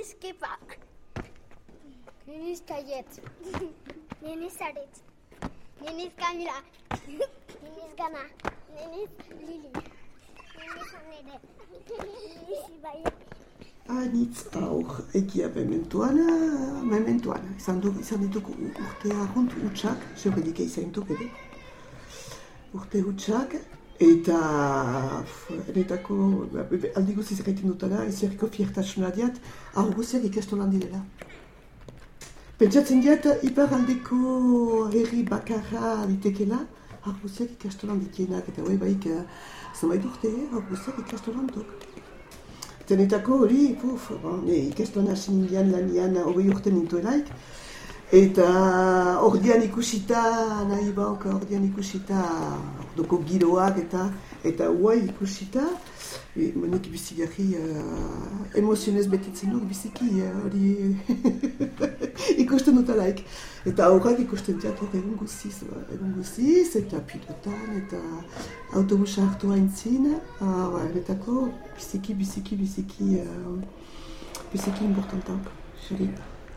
Nenis Kepa. Nenis Kayet. Nenis Aret. Nenis Camila. Nenis Gana. Nenis Lili. Nenis Anede. Nenis Ibaye. Anitz auch egia mementuana. Izan dituko urte arrunt utxak, zeuredik izan duk ere. Urte utxak, eta enetako aldi guziz egiten dutela, ezierriko fiertasuna diat, hau guziak ikastolan direla. Pentsatzen diat, ipar aldeko herri bakarra ditekela, hau guziak ikastolan ditienak, eta hoi baik, zenbait urte, hau guziak ikastolan duk. Zenetako hori, ikastolan hasi nindian lanian 20 urte nintuelaik, eta ordian ikusita, nahi bauk, ordian ikusita, ordoko giroak eta huai ikusita, nik bizigarri emozionez betitzen duk biziki hori ikusten dutalaik. Eta horrak ikusten diatok egun guziz, eta pilotan, eta autobusa hartu haintzin, enetako biziki importantauk, xeri.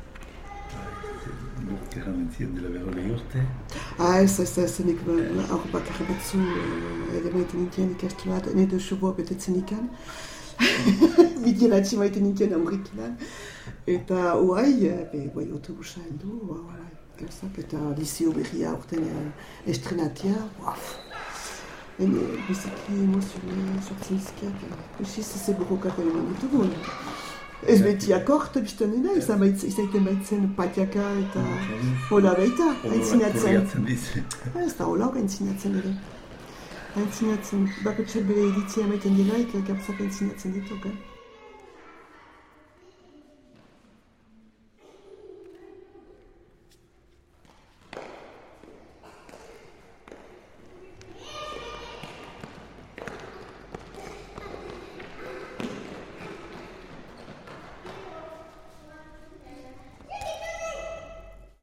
Urte jamentzion dela berrogei urte? Ez, nik aur bakarra batzu ere maiten nintien ikastolat, nire soboa betetzen ikan. Bidien atxe maiten nintien aurrikinan. Eta hoai, autobusa hendu, gauzak, eta lizio berria urten estrenatia, biziki emozione sortzen izkiak, kusiz ze borrokako eman ditugu. Ez beti akort, bizten dena, izaiten baitzen patiaka eta hola baita, aintzinatzen. Ez da hola hor aintzinatzen ere. Aintzinatzen, bakotxer bere editzia maiten delaik, gauzak aintzinatzen dituk.